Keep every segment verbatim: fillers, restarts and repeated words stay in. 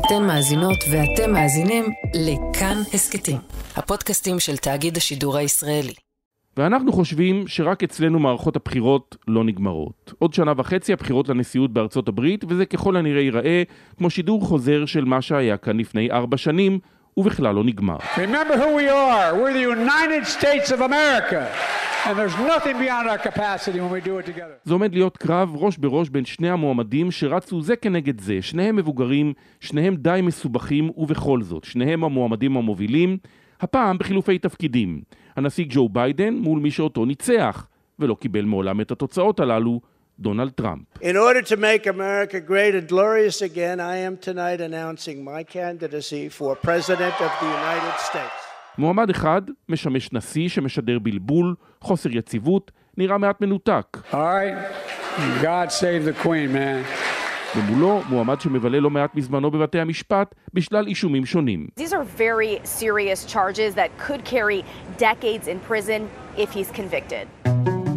אתן מאזינות ואתם מאזינים לכאן הסקטים, הפודקאסטים של תאגיד השידור הישראלי. ואנחנו חושבים שרק אצלנו מערכות הבחירות לא נגמרות. עוד שנה וחצי הבחירות לנשיאות בארצות הברית, וזה ככל הנראה ייראה כמו שידור חוזר של מה שהיה כאן לפני ארבע שנים, ובכלל לא נגמר. Remember who we are. We're the United States of America. And there's nothing beyond our capacity when we do it together. זה עומד להיות קרב ראש בראש בין שני המועמדים שרצו זה כנגד זה. שניהם מבוגרים, שניהם די מסובכים, ובכל זאת, שניהם המועמדים המובילים, הפעם בחילופי תפקידים. הנשיא ג'ו ביידן מול מי שאותו ניצח, ולא קיבל מעולם את התוצאות הללו, דונלד טראמפ. In order to make America great and glorious again, I am tonight announcing my candidacy for President of the United States. מועמד אחד משמש נשיא שמשדר בלבול, חוסר יציבות, נראה מעט מנותק. All right. God save the queen, man. ומולו מועמד שמבלה לא מעט מזמנו בבתי המשפט בשלל אישומים שונים. These are very serious charges that could carry decades in prison if he's convicted.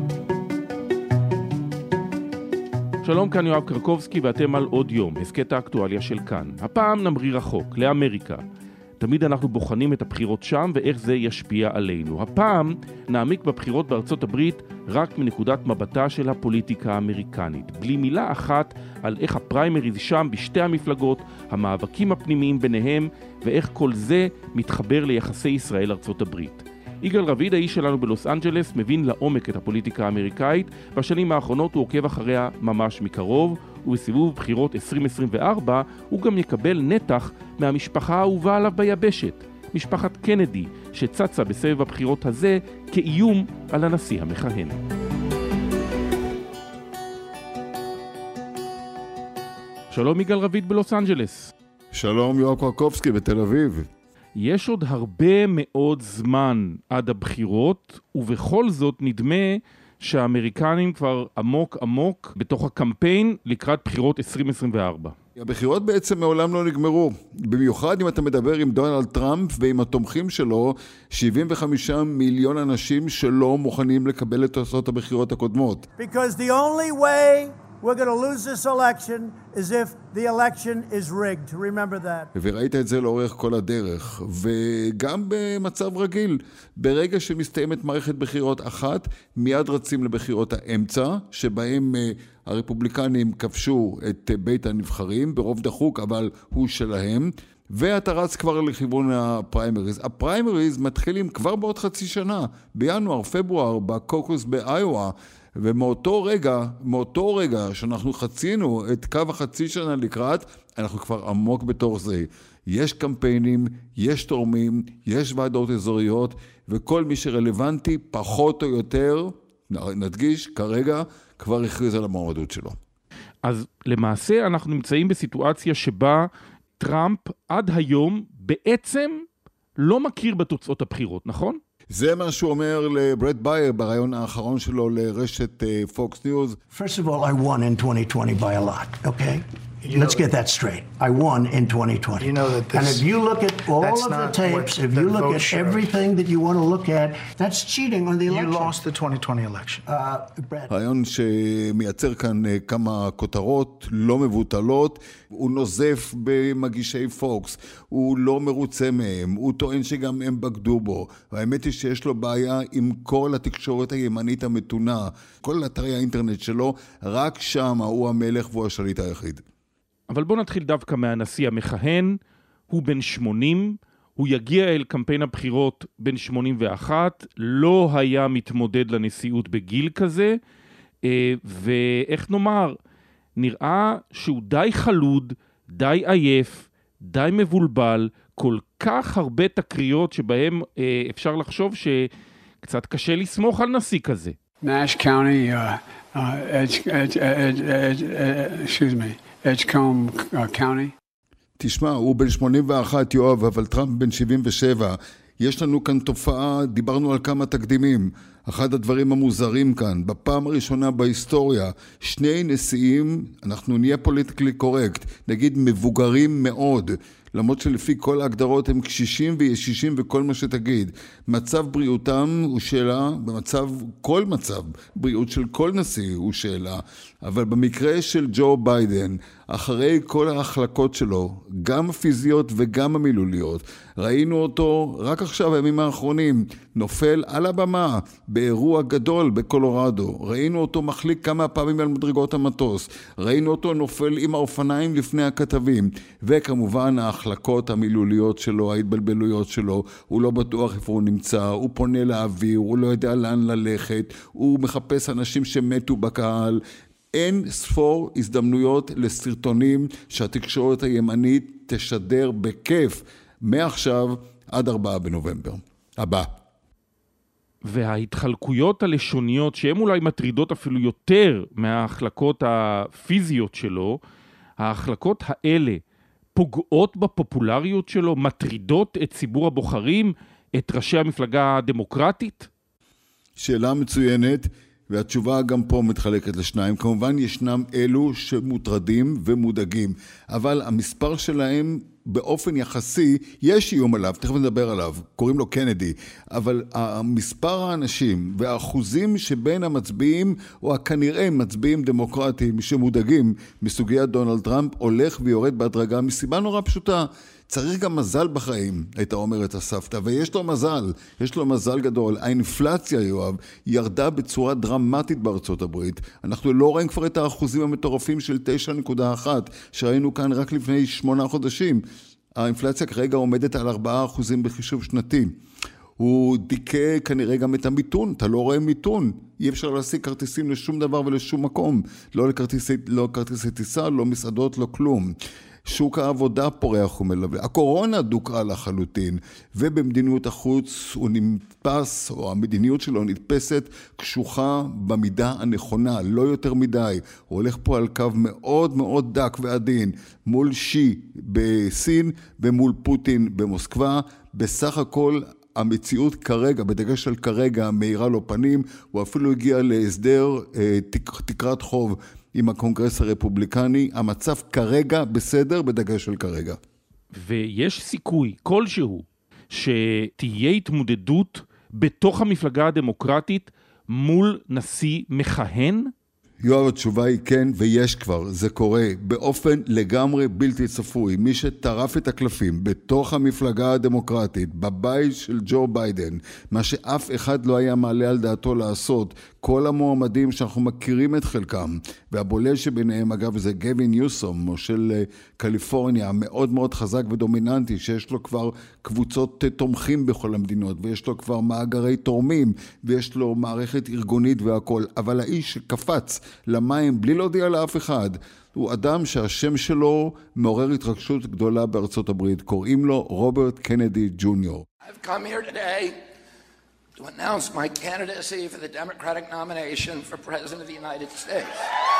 שלום, כאן יואב קרקובסקי ואתם על עוד יום, הסקט האקטואליה של כאן. הפעם נמריא רחוק, לאמריקה. תמיד אנחנו בוחנים את הבחירות שם ואיך זה ישפיע עלינו. הפעם נעמיק בבחירות בארצות הברית רק מנקודת מבטה של הפוליטיקה האמריקנית. בלי מילה אחת על איך הפריימריז שם בשתי המפלגות, המאבקים הפנימיים ביניהם, ואיך כל זה מתחבר ליחסי ישראל ארצות הברית. יגאל רביד, האיש שלנו בלוס אנג'לס, מבין לעומק את הפוליטיקה האמריקאית. בשנים האחרונות הוא עוקב אחריה ממש מקרוב, ובסיבוב בחירות עשרים עשרים וארבע הוא גם יקבל נתח מהמשפחה האהובה עליו ביבשת, משפחת קנדי, שצצה בסבב הבחירות הזה כאיום על הנשיא המכהן. שלום יגאל רביד בלוס אנג'לס. שלום יואב קרקובסקי בתל אביב. יש עוד הרבה מאוד זמן עד הבחירות, ובכל זאת נדמה שהאמריקנים כבר עמוק עמוק בתוך הקמפיין לקראת בחירות עשרים עשרים וארבע. הבחירות בעצם מעולם לא נגמרו, במיוחד אם אתה מדבר עם דונלד טראמפ ועם התומכים שלו, שבעים וחמישה מיליון אנשים שלא מוכנים לקבל את תוצאות הבחירות הקודמות. Because the only way we're going to lose this election is if the election is rigged. Remember that. וראית את זה לאורך כל הדרך, וגם במצב רגיל, ברגע שמסתיימת מערכת בחירות אחת, מיד רצים לבחירות האמצע, שבהם הרפובליקנים כבשו את בית הנבחרים, ברוב דחוק, אבל הוא שלהם, ואתה רץ כבר לכיוון הפריימריז. הפריימריז מתחילים כבר בעוד חצי שנה, בינואר, פברואר, בקוקוס באיואה, ומאותו רגע, מאותו רגע שאנחנו חצינו את קו החצי שנה לקראת, אנחנו כבר עמוק בתוך זה. יש קמפיינים, יש תורמים, יש ועדות אזוריות, וכל מי שרלוונטי פחות או יותר, נדגיש, כרגע כבר הכריז על המועמדות שלו. אז למעשה אנחנו נמצאים בסיטואציה שבה טראמפ עד היום בעצם לא מכיר בתוצאות הבחירות, נכון? זה מה שהוא אומר לברד בייר ברעיון האחרון שלו לרשת פוקס ניוז. First of all, I won in twenty twenty by a lot, okay? You Let's get that straight. I won in twenty twenty. You know that this, and if you look at all of the tapes, if you look at shows. everything that you want to look at, that's cheating on the election. You lost the twenty twenty election. Uh, Brad. רעיון שמייצר כאן כמה כותרות לא מבוטלות, הוא נוזף במגישי פוקס, הוא לא מרוצה מהם, הוא טוען שגם הם בגדו בו, והאמת היא שיש לו בעיה עם כל התקשורת הימנית המתונה, כל אתרי האינטרנט שלו, רק שם הוא המלך והוא השליט היחיד. אבל בוא נתחיל דווקא מהנשיא המכהן, הוא בן שמונים, הוא יגיע אל קמפיין הבחירות בן שמונים ואחת, לא היה מתמודד לנשיאות בגיל כזה, ואיך נאמר, נראה שהוא די חלוד, די עייף, די מבולבל, כל כך הרבה תקריות שבהם אפשר לחשוב שקצת קשה לסמוך על נשיא כזה. Nash County, uh, uh, Edge, Edge, Edge, Edge, uh, excuse me, Edgecombe uh, County. תשמע, הוא בן שמונים ואחת, יואב, אבל טראמפ בן שבעים ושבע. יש לנו כאן תופעה, דיברנו על כמה תקדימים. אחד הדברים המוזרים כאן, בפעם הראשונה בהיסטוריה, שני נשיאים, אנחנו נהיה פוליטיקלי קורקט, נגיד מבוגרים מאוד, למרות שלפי כל ההגדרות הם קשישים וישישים וכל מה שתגיד. מצב בריאותם הוא שאלה, במצב, כל מצב בריאות של כל נשיא הוא שאלה, אבל במקרה של ג'ו ביידן, אחרי כל ההחלקות שלו, גם הפיזיות וגם המילוליות. ראינו אותו רק עכשיו, הימים האחרונים, נופל על הבמה באירוע גדול בקולורדו. ראינו אותו מחליק כמה פעמים על מדרגות המטוס. ראינו אותו נופל עם האופניים לפני הכתבים. וכמובן ההחלקות המילוליות שלו, ההתבלבלויות שלו, הוא לא בטוח איפה הוא נמצא, הוא פונה לאוויר, הוא לא יודע לאן ללכת, הוא מחפש אנשים שמתו בקהל. אין ספור הזדמנויות לסרטונים שהתקשורת הימנית תשדר בכיף מעכשיו עד ארבעה בנובמבר. הבא. וההתחלקויות הלשוניות שהן אולי מטרידות אפילו יותר מההחלקות הפיזיות שלו, ההחלקות האלה פוגעות בפופולריות שלו, מטרידות את ציבור הבוחרים, את ראשי המפלגה הדמוקרטית? שאלה מצוינת. והתשובה גם פה מתחלקת לשניים. כמובן ישנם אלו שמוטרדים ומודאגים, אבל המספר שלהם באופן יחסי, יש איום עליו, תכף נדבר עליו, קוראים לו קנדי, אבל המספר האנשים והאחוזים שבין המצביעים, או הכנראה מצביעים דמוקרטיים שמודאגים מסוגיית דונלד טראמפ, הולך ויורד בהדרגה מסיבה נורא פשוטה. צריך גם מזל בחיים, הייתה אומרת הסבתא, ויש לו מזל, יש לו מזל גדול. האינפלציה, יואב, ירדה בצורה דרמטית בארצות הברית. אנחנו לא רואים כבר את האחוזים המטורפים של תשע נקודה אחת, שראינו כאן רק לפני שמונה חודשים. האינפלציה כרגע עומדת על ארבעה אחוזים בחישוב שנתי. הוא דיכא כנראה גם את המיתון, אתה לא רואה מיתון. אי אפשר להשיג כרטיסים לשום דבר ולשום מקום. לא לכרטיסי, לא כרטיסי טיסה, לא מסעדות, לא כלום. שוק העבודה פורח ומלווה. הקורונה דוקרה לחלוטין, ובמדיניות החוץ הוא נתפס, או המדיניות שלו נתפסת קשוחה במידה הנכונה, לא יותר מדי. הוא הולך פה על קו מאוד מאוד דק ועדין, מול שי בסין ומול פוטין במוסקבה. בסך הכל המציאות כרגע, בדגש על כרגע, מאירה לו פנים, הוא אפילו הגיע להסדר תק, תקרת חוב עם הקונגרס הרפובליקני. המצב כרגע בסדר, בדגש על כרגע. ויש סיכוי כלשהו שתהיה התמודדות בתוך המפלגה הדמוקרטית מול נשיא מכהן? יואב, התשובה היא כן, ויש כבר, זה קורה באופן לגמרי בלתי צפוי. מי שטרף את הקלפים בתוך המפלגה הדמוקרטית, בבית של ג'ו ביידן, מה שאף אחד לא היה מעלה על דעתו לעשות, כל המועמדים שאנחנו מכירים את חלקם, והבולט שביניהם אגב זה גווין ניוסום של קליפורניה, מאוד מאוד חזק ודומיננטי, שיש לו כבר קבוצות תומכים בכל המדינות, ויש לו כבר מאגרי תורמים, ויש לו מערכת ארגונית והכל, אבל האיש שקפץ למים בלי להודיע לאף אחד, הוא אדם שהשם שלו מעורר התרגשות גדולה בארצות הברית, קוראים לו רוברט קנדי ג'וניור. I've come here today to announce my candidacy for the Democratic nomination for President of the United States.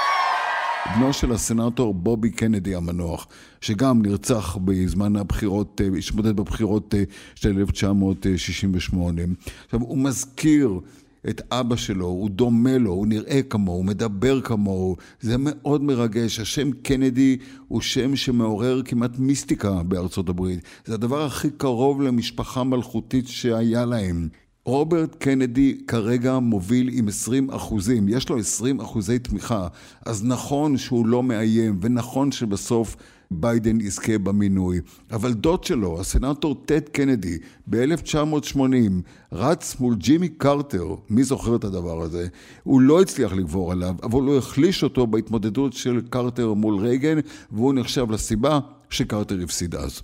בנו של הסנאטור בובי קנדי המנוח, שגם נרצח בזמן הבחירות, השמודד בבחירות של אלף תשע מאות שישים ושמונה. עכשיו, הוא מזכיר את אבא שלו, הוא דומה לו, הוא נראה כמוהו, הוא מדבר כמוהו, זה מאוד מרגש. השם קנדי הוא שם שמעורר כמעט מיסטיקה בארצות הברית. זה הדבר הכי קרוב למשפחה מלכותית שהיה להם. רוברט קנדי כרגע מוביל עם עשרים אחוזים, יש לו עשרים אחוזי תמיכה, אז נכון שהוא לא מאיים, ונכון שבסוף ביידן יזכה במינוי. אבל דוד שלו, הסנאטור טד קנדי, ב-אלף תשע מאות שמונים, רץ מול ג'ימי קרטר, מי זוכר את הדבר הזה? הוא לא הצליח לגבור עליו, אבל הוא החליש אותו בהתמודדות של קרטר מול רייגן, והוא נחשב לסיבה שקרטר הפסיד אז.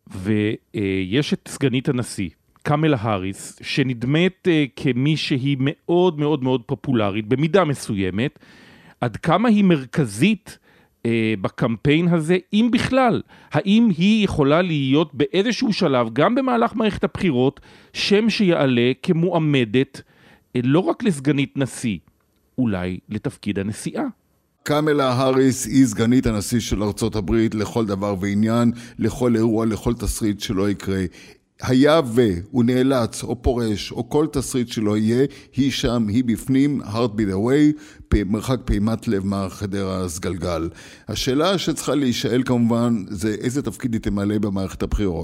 ויש את סגנית הנשיא, קמלה האריס, שנדמת כמי שהיא מאוד מאוד מאוד פופולרית, במידה מסוימת, עד כמה היא מרכזית בקמפיין הזה, אם בכלל, האם היא יכולה להיות באיזשהו שלב, גם במהלך מערכת הבחירות, שם שיעלה כמועמדת, לא רק לסגנית נשיא, אולי לתפקיד הנשיאה. קמלה האריס היא סגנית הנשיא של ארצות הברית לכל דבר ועניין, לכל אירוע, לכל תסריט שלא יקרה. היה והוא נאלץ או פורש או כל תסריט שלא יהיה, היא שם, היא בפנים, heart beat away, מרחק פעימת לב מהחדר הסגלגל. השאלה שצריכה להישאל כמובן זה איזה תפקיד היא תמלא במערכת הבחירות.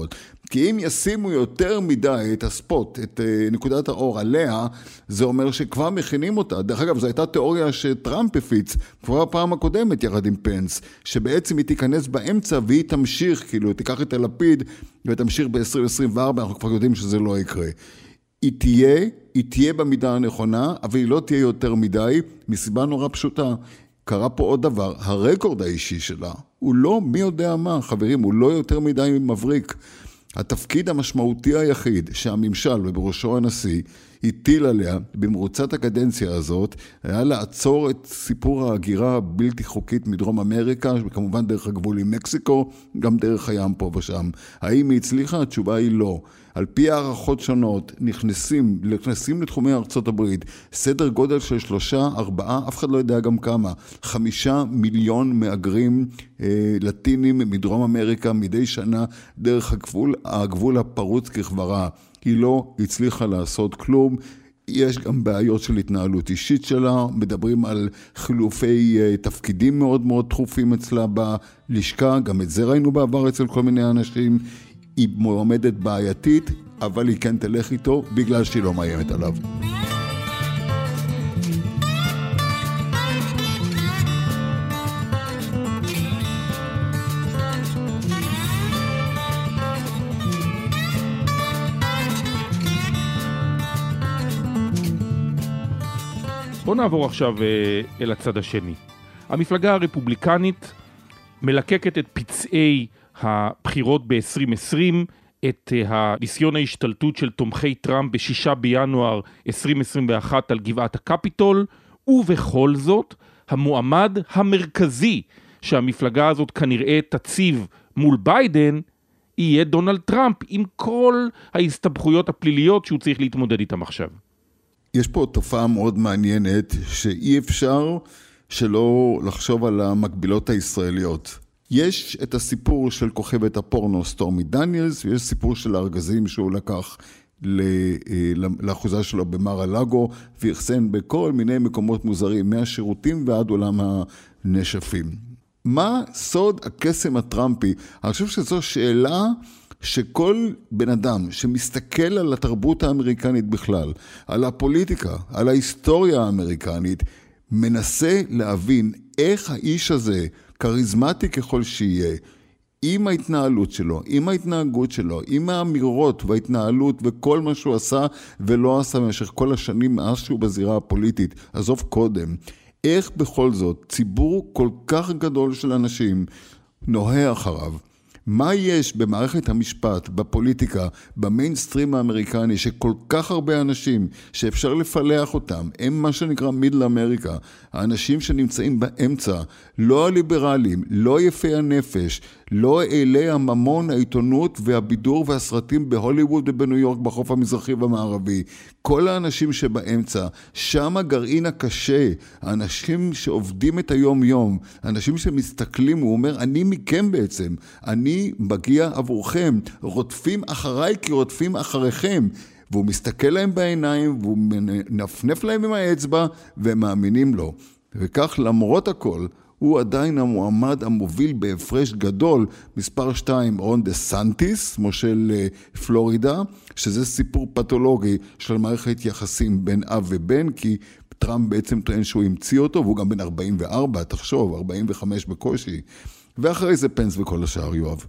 כי אם ישימו יותר מדי את הספוט, את נקודת האור עליה, זה אומר שכבר מכינים אותה. דרך אגב, זו הייתה תיאוריה שטראמפ הפיץ, כבר הפעם הקודמת יחד עם פנס, שבעצם היא תיכנס באמצע והיא תמשיך, כאילו, תיקח את הלפיד ותמשיך ב-עשרים עשרים וארבע, אנחנו כבר יודעים שזה לא יקרה. היא תהיה, היא תהיה במידה הנכונה, אבל היא לא תהיה יותר מדי, מסיבה נורא פשוטה. קרה פה עוד דבר, הרקורד האישי שלה, הוא לא מי יודע מה, חברים, הוא לא יותר מדי מבריק. התפקיד המשמעותי היחיד שהממשל ובראשו הנשיא הטיל עליה במרוצת הקדנציה הזאת, היה לעצור את סיפור ההגירה הבלתי חוקית מדרום אמריקה, וכמובן דרך הגבול עם מקסיקו, גם דרך הים פה ושם. האם היא הצליחה? התשובה היא לא. על פי הערכות שונות, נכנסים, נכנסים לתחומי ארצות הברית, סדר גודל של שלושה, ארבעה, אף אחד לא יודע גם כמה, חמישה מיליון מאגרים אה, לטינים מדרום אמריקה מדי שנה דרך הגבול, הגבול הפרוץ כחברה. היא לא הצליחה לעשות כלום. יש גם בעיות של התנהלות אישית שלה, מדברים על חילופי uh, תפקידים מאוד מאוד תכופים אצלה בלשכה, גם את זה ראינו בעבר אצל כל מיני אנשים. היא מועמדת בעייתית, אבל היא כן תלך איתו בגלל שהיא לא מאיימת עליו. בואו נעבור עכשיו אל הצד השני. המפלגה הרפובליקנית מלקקת את פצעי הבחירות ב-עשרים עשרים, את הניסיון ההשתלטות של תומכי טראמפ ב-שישה בינואר עשרים עשרים ואחת על גבעת הקפיטול, ובכל זאת, המועמד המרכזי שהמפלגה הזאת כנראה תציב מול ביידן, יהיה דונלד טראמפ, עם כל ההסתבכויות הפליליות שהוא צריך להתמודד איתם עכשיו. יש פה תופעה מאוד מעניינת שאי אפשר שלא לחשוב על המקבילות הישראליות. יש את הסיפור של כוכבת הפורנו סטורמי דניאלס, ויש סיפור של הארגזים שהוא לקח לאחוזה שלו במר הלאגו, ויחסן בכל מיני מקומות מוזרים, מהשירותים ועד עולם הנשפים. מה סוד הקסם הטראמפי? אני חושב שזו שאלה שכל בן אדם שמסתכל על התרבות האמריקנית בכלל, על הפוליטיקה, על ההיסטוריה האמריקנית, מנסה להבין איך האיש הזה, קריזמטי ככל שיהיה, עם ההתנהלות שלו, עם ההתנהגות שלו, עם האמירות וההתנהלות וכל מה שהוא עשה ולא עשה במשך כל השנים מאז שהוא בזירה הפוליטית, עזוב קודם, איך בכל זאת ציבור כל כך גדול של אנשים נוהה אחריו? מה יש במערכת המשפט, בפוליטיקה, במיינסטרים האמריקני, שכל כך הרבה אנשים שאפשר לפלח אותם, הם מה שנקרא מידל אמריקה, האנשים שנמצאים באמצע, לא הליברלים, לא יפי הנפש, לא אלי הממון, העיתונות והבידור והסרטים בהוליווד ובניו יורק בחוף המזרחי והמערבי, כל האנשים שבאמצע, שם הגרעין הקשה, האנשים שעובדים את היום יום, האנשים שמסתכלים, הוא אומר, אני מכם בעצם, אני מגיע עבורכם, רודפים אחריי כי רודפים אחריכם, והוא מסתכל להם בעיניים, והוא מנפנף להם עם האצבע, והם מאמינים לו. וכך למרות הכל, הוא עדיין המועמד המוביל בהפרש גדול, מספר שתיים, רון דה סנטיס, מושל פלורידה, שזה סיפור פתולוגי של מערכת יחסים בין אב ובן, כי טראמפ בעצם טוען שהוא המציא אותו, והוא גם בן ארבעים וארבע, תחשוב, ארבעים וחמש בקושי. ואחרי זה פנס וכל השאר, יואב.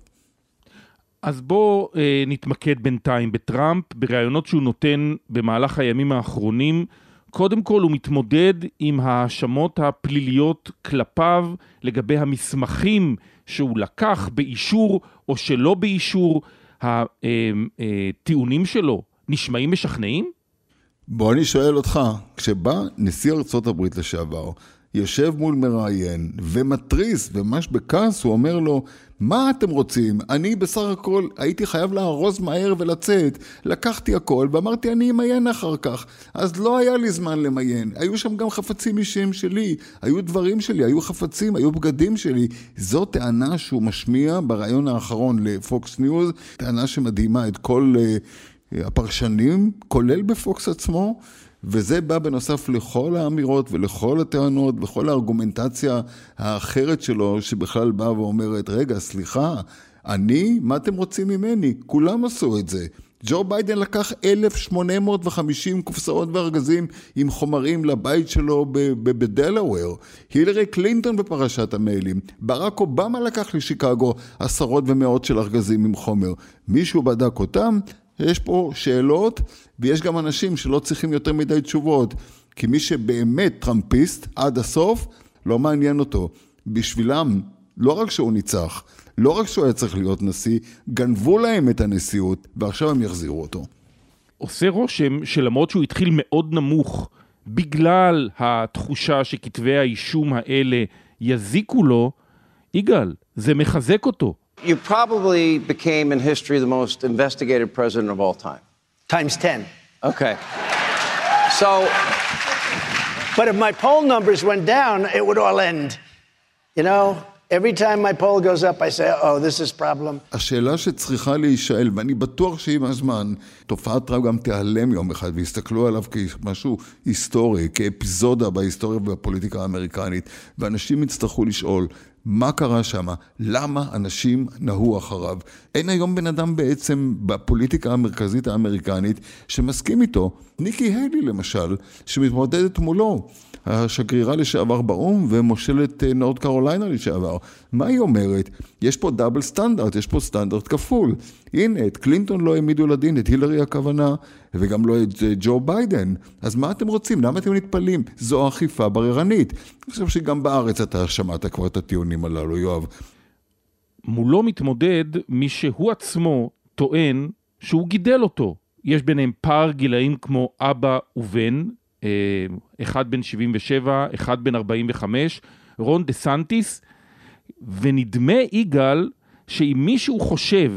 אז בוא אה, נתמקד בינתיים בטראמפ, בראיונות שהוא נותן במהלך הימים האחרונים. קודם כל הוא מתמודד עם האשמות הפליליות כלפיו לגבי המסמכים שהוא לקח באישור או שלא באישור. הטיעונים שלו נשמעים משכנעים? בוא אני שואל אותך, כשבא נשיא ארצות הברית לשעבר, יושב מול מראיין ומטריס ומש בכעס, הוא אומר לו, מה אתם רוצים? אני בסך הכל הייתי חייב להרוז מהר ולצאת, לקחתי הכל ואמרתי אני אמיין אחר כך, אז לא היה לי זמן למיין, היו שם גם חפצים אישיים שלי, היו דברים שלי, היו חפצים, היו בגדים שלי. זו טענה שהוא משמיע ברעיון האחרון לפוקס ניוז, טענה שמדהימה את כל uh, הפרשנים, כולל בפוקס עצמו, וזה בא בנוסף לכל האמירות ולכל הטענות וכל הארגומנטציה האחרת שלו, שבכלל באה ואומרת, רגע, סליחה, אני? מה אתם רוצים ממני? כולם עשו את זה. ג'ו ביידן לקח אלף שמונה מאות וחמישים קופסאות וארגזים עם חומרים לבית שלו בדלוור. הילרי קלינטון בפרשת המיילים. ברק אובמה לקח לשיקגו עשרות ומאות של ארגזים עם חומר. מישהו בדק אותם? יש פה שאלות, ויש גם אנשים שלא צריכים יותר מדי תשובות. כי מי שבאמת טראמפיסט עד הסוף, לא מעניין אותו. בשבילם, לא רק שהוא ניצח, לא רק שהוא היה צריך להיות נשיא, גנבו להם את הנשיאות, ועכשיו הם יחזירו אותו. עושה רושם שלמרות שהוא התחיל מאוד נמוך, בגלל התחושה שכתבי האישום האלה יזיקו לו, יגאל, זה מחזק אותו. You probably became in history the most investigated president of all time. Times ten. Okay. So, but if my poll numbers went down, it would all end. You know, every time my poll goes up, I say, oh, this is problem. השאלה שצריכה להישאל, ואני בטוח שעם הזמן, תופעת טראמפ גם תיעלם יום אחד, ויסתכלו עליו כמשהו היסטורי, כאפיזודה בהיסטוריה ובפוליטיקה האמריקנית, ואנשים יצטרכו לשאול, מה קרה שם? למה אנשים נהו אחריו? אין היום בן אדם בעצם בפוליטיקה המרכזית האמריקנית שמסכים איתו. ניקי היילי למשל, שמתמודדת מולו. השגרירה לשעבר באום ומושלת נורד קרוליינה לשעבר. מה היא אומרת? יש פה דאבל סטנדרט, יש פה סטנדרט כפול. הנה, את קלינטון לא העמידו לדין, את הילרי הכוונה, וגם לא את ג'ו ביידן. אז מה אתם רוצים? למה אתם נטפלים? זו אכיפה בררנית. אני חושב שגם בארץ אתה שמעת כבר את הטיעונים הללו, יואב. מולו מתמודד מי שהוא עצמו טוען שהוא גידל אותו. יש ביניהם פער גילאים כמו אבא ובן, אחד בן שבעים ושבע, אחד בן ארבעים וחמש, רון דה סנטיס, ונדמה יגאל שאם מישהו חושב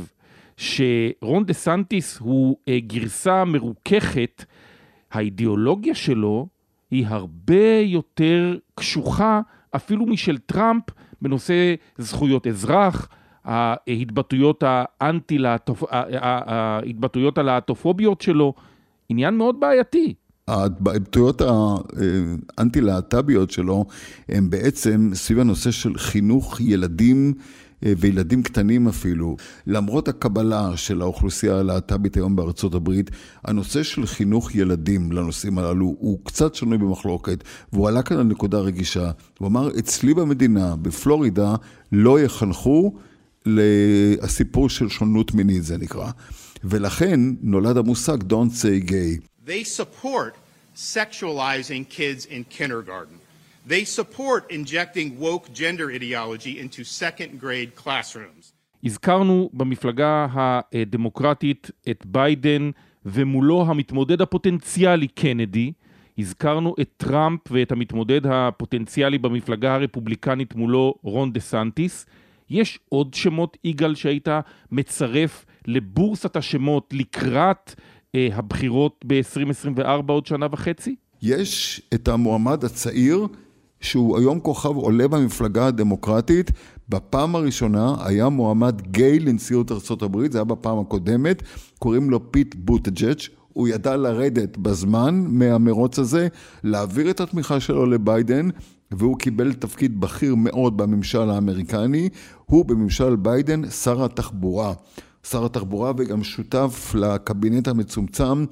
שרון דה סנטיס הוא גרסה מרוככת, האידיאולוגיה שלו היא הרבה יותר קשוחה אפילו משל טראמפ בנושא זכויות אזרח, ההתבטאויות האנטי, ההתבטאויות הלהט"בופוביות שלו, עניין מאוד בעייתי. ההתבטאויות האנטי-להט"ביות שלו הם בעצם סביב הנושא של חינוך ילדים וילדים קטנים אפילו. למרות הקבלה של האוכלוסייה הלהט"בית היום בארצות הברית, הנושא של חינוך ילדים לנושאים הללו הוא קצת שנוי במחלוקת, והוא עלה כאן על נקודה רגישה. הוא אמר, אצלי במדינה, בפלורידה, לא יחנכו לסיפור של שונות מינית, זה נקרא. ולכן נולד המושג Don't say gay. They support sexualizing kids in kindergarten. They support injecting woke gender ideology into second grade classrooms. הזכרנו במפלגה הדמוקרטית את ביידן ומולו המתמודד הפוטנציאלי קנדי. הזכרנו את טראמפ ואת המתמודד הפוטנציאלי במפלגה הרפובליקנית מולו רון דה סנטיס. יש עוד שמות, יגאל, שהיית מצרף לבורסת השמות לקראת הבחירות ב-עשרים עשרים וארבע עוד שנה וחצי? יש את המועמד הצעיר שהוא היום כוכב עולה במפלגה הדמוקרטית. בפעם הראשונה היה מועמד גיי לנשיאות ארצות הברית, זה היה בפעם הקודמת, קוראים לו פיט בוטג'ג'. הוא ידע לרדת בזמן מהמרוץ הזה, להעביר את התמיכה שלו לביידן, והוא קיבל תפקיד בכיר מאוד בממשל האמריקני. הוא בממשל ביידן שר התחבורה. שר התחבורה וגם שותף לקבינט המצומצם.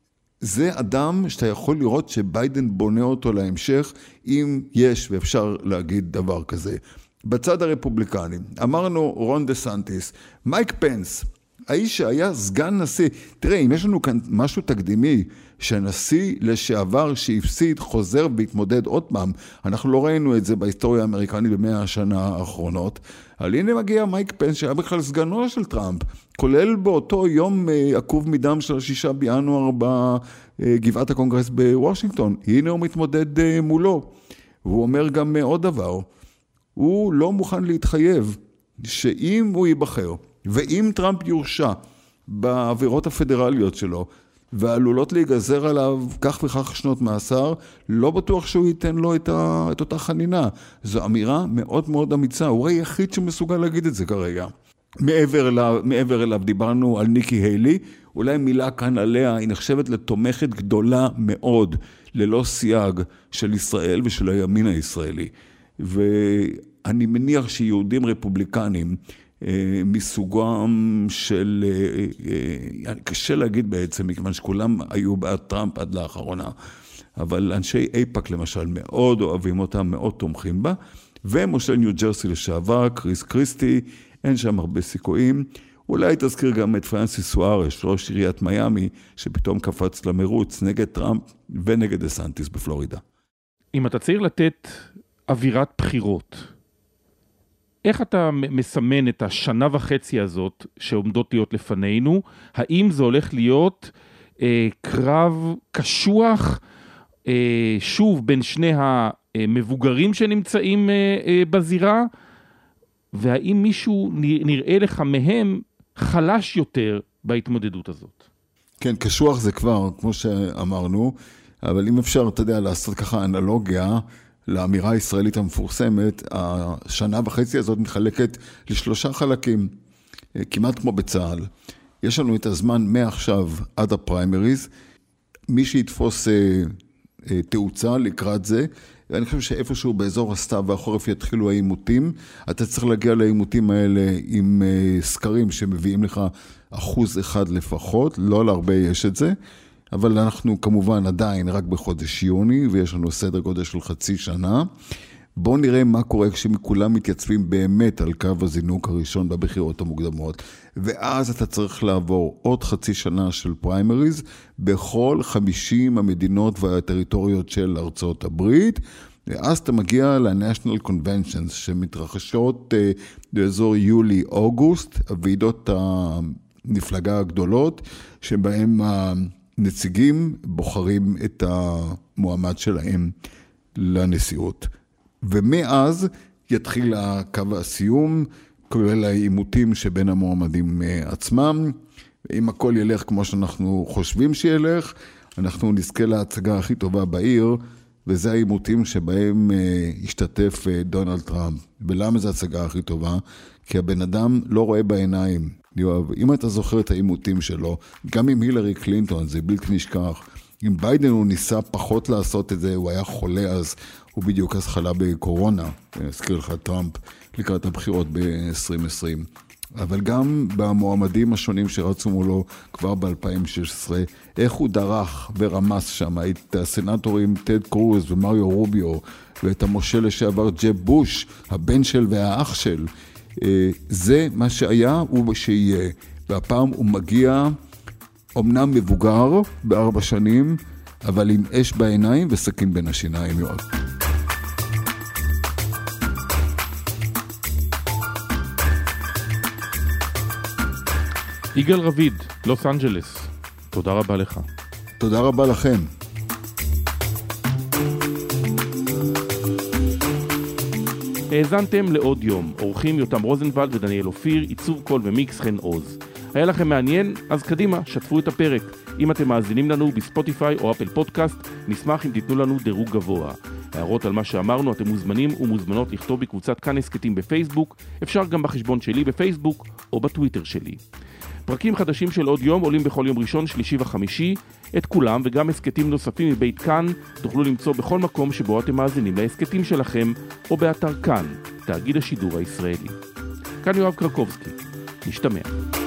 זה אדם שאתה יכול לראות שביידן בונה אותו להמשך, אם יש ואפשר להגיד דבר כזה. בצד הרפובליקני, אמרנו רון דה סנטיס, מייק פנס, האיש שהיה סגן נשיא. תראה, אם יש לנו כאן משהו תקדימי, שנשיא לשעבר שהפסיד חוזר והתמודד עוד פעם, אנחנו לא ראינו את זה בהיסטוריה האמריקנית במאה השנה האחרונות, אבל הנה מגיע מייק פנס שהיה בכלל סגנו של טראמפ, כולל באותו יום עקוב מדם של השישה בינואר בגבעת הקונגרס בוושינגטון. הנה הוא מתמודד מולו, והוא אומר גם עוד דבר, הוא לא מוכן להתחייב שאם הוא ייבחר, ואם טראמפ יורשע בעבירות הפדרליות שלו, ועלולות להיגזר עליו כך וכך שנות מאסר, לא בטוח שהוא ייתן לו את, ה, את אותה חנינה. זו אמירה מאוד מאוד אמיצה, הוא היחיד שמסוגל להגיד את זה כרגע. מעבר אליו, מעבר אליו דיברנו על ניקי היילי, אולי מילה כאן עליה, היא נחשבת לתומכת גדולה מאוד, ללא סייג של ישראל ושל הימין הישראלי. ואני מניח שיהודים רפובליקנים מסוגם של, קשה להגיד בעצם, מכיוון שכולם היו בעד טראמפ עד לאחרונה, אבל אנשי אייפאק למשל מאוד אוהבים אותם, מאוד תומכים בה, ומושל ניו ג'רסי לשעבר, קריס קריסטי, אין שם הרבה סיכויים, אולי תזכיר גם את פרנסיס סוארש, ראש עיריית מיאמי, שפתאום קפץ למרוץ נגד טראמפ ונגד דסנטיס בפלורידה. אם אתה צריך לתת אווירת בחירות, איך אתה מסמן את השנה וחצי הזאת שעומדות להיות לפנינו? האם זה הולך להיות אה, קרב קשוח, אה, שוב בין שני המבוגרים שנמצאים אה, אה, בזירה, והאם מישהו נראה לך מהם חלש יותר בהתמודדות הזאת? כן, קשוח זה כבר, כמו שאמרנו, אבל אם אפשר, אתה יודע, לעשות ככה אנלוגיה לאמירה הישראלית המפורסמת, השנה וחצי הזאת מתחלקת לשלושה חלקים, כמעט כמו בצהל. יש לנו את הזמן מעכשיו עד הפריימריז, מי שיתפוס אה, אה, תאוצה לקראת זה, ואני חושב שאיפשהו באזור הסתיו והחורף יתחילו העימותים, אתה צריך להגיע לעימותים האלה עם אה, סקרים שמביאים לך אחוז אחד לפחות, לא להרבה יש את זה, אבל אנחנו כמובן עדיין רק בחודש יוני, ויש לנו סדר גודל של חצי שנה. בואו נראה מה קורה כשכולם מתייצבים באמת על קו הזינוק הראשון בבחירות המוקדמות, ואז אתה צריך לעבור עוד חצי שנה של פריימריז בכל חמישים המדינות והטריטוריות של ארצות הברית, ואז אתה מגיע ל-National Conventions שמתרחשות uh, באזור יולי-אוגוסט, הוועידות המפלגה הגדולות, שבהם הנציגים בוחרים את המועמד שלהם לנשיאות. ומאז יתחיל הקו הסיום, כולל העימותים שבין המועמדים עצמם, ואם הכל ילך כמו שאנחנו חושבים שילך, אנחנו נזכה להצגה הכי טובה בעיר, וזה העימותים שבהם השתתף דונלד טראמפ. ולמה זה ההצגה הכי טובה? כי הבן אדם לא רואה בעיניים. יואב, אם אתה זוכר את העימותים שלו, גם עם הילרי קלינטון, זה בלתי נשכח. אם ביידן הוא ניסה פחות לעשות את זה, הוא היה חולה אז, הוא בדיוק אז חלה בקורונה, הזכיר לך טראמפ לקראת הבחירות ב-עשרים עשרים. אבל גם במועמדים השונים שרצו מולו כבר ב-אלפיים ושש עשרה, איך הוא דרך ורמס שם את הסנטורים טד קרוז ומריו רוביו, ואת המושל לשעבר ג'ב בוש, הבן של והאח של. זה מה שהיה ושיהיה. והפעם הוא מגיע אומנם מבוגר בארבע שנים, אבל עם אש בעיניים וסכין בין השיניים יואב. יגאל רביד, לוס אנג'לס, תודה רבה לך. תודה רבה לכם. האזנתם לעוד יום, אורחים יותם רוזנבלד ודניאל אופיר, עיצוב קול ומיקס חן עוז. היה לכם מעניין? אז קדימה, שתפו את הפרק. אם אתם מאזינים לנו בספוטיפיי או אפל פודקאסט, נשמח אם תיתנו לנו דירוג גבוה. הערות על מה שאמרנו, אתם מוזמנים ומוזמנות לכתוב בקבוצת כאן הסקטים בפייסבוק, אפשר גם בחשבון שלי בפייסבוק או בטוויטר שלי. פרקים חדשים של עוד יום עולים בכל יום ראשון, שלישי וחמישי. את כולם וגם הסקטים נוספים מבית כאן תוכלו למצוא בכל מקום שבו אתם מאזינים להסקטים שלכם או באתר כאן, תאגיד השידור הישראלי. כאן יואב קרקובסקי. נשתמע.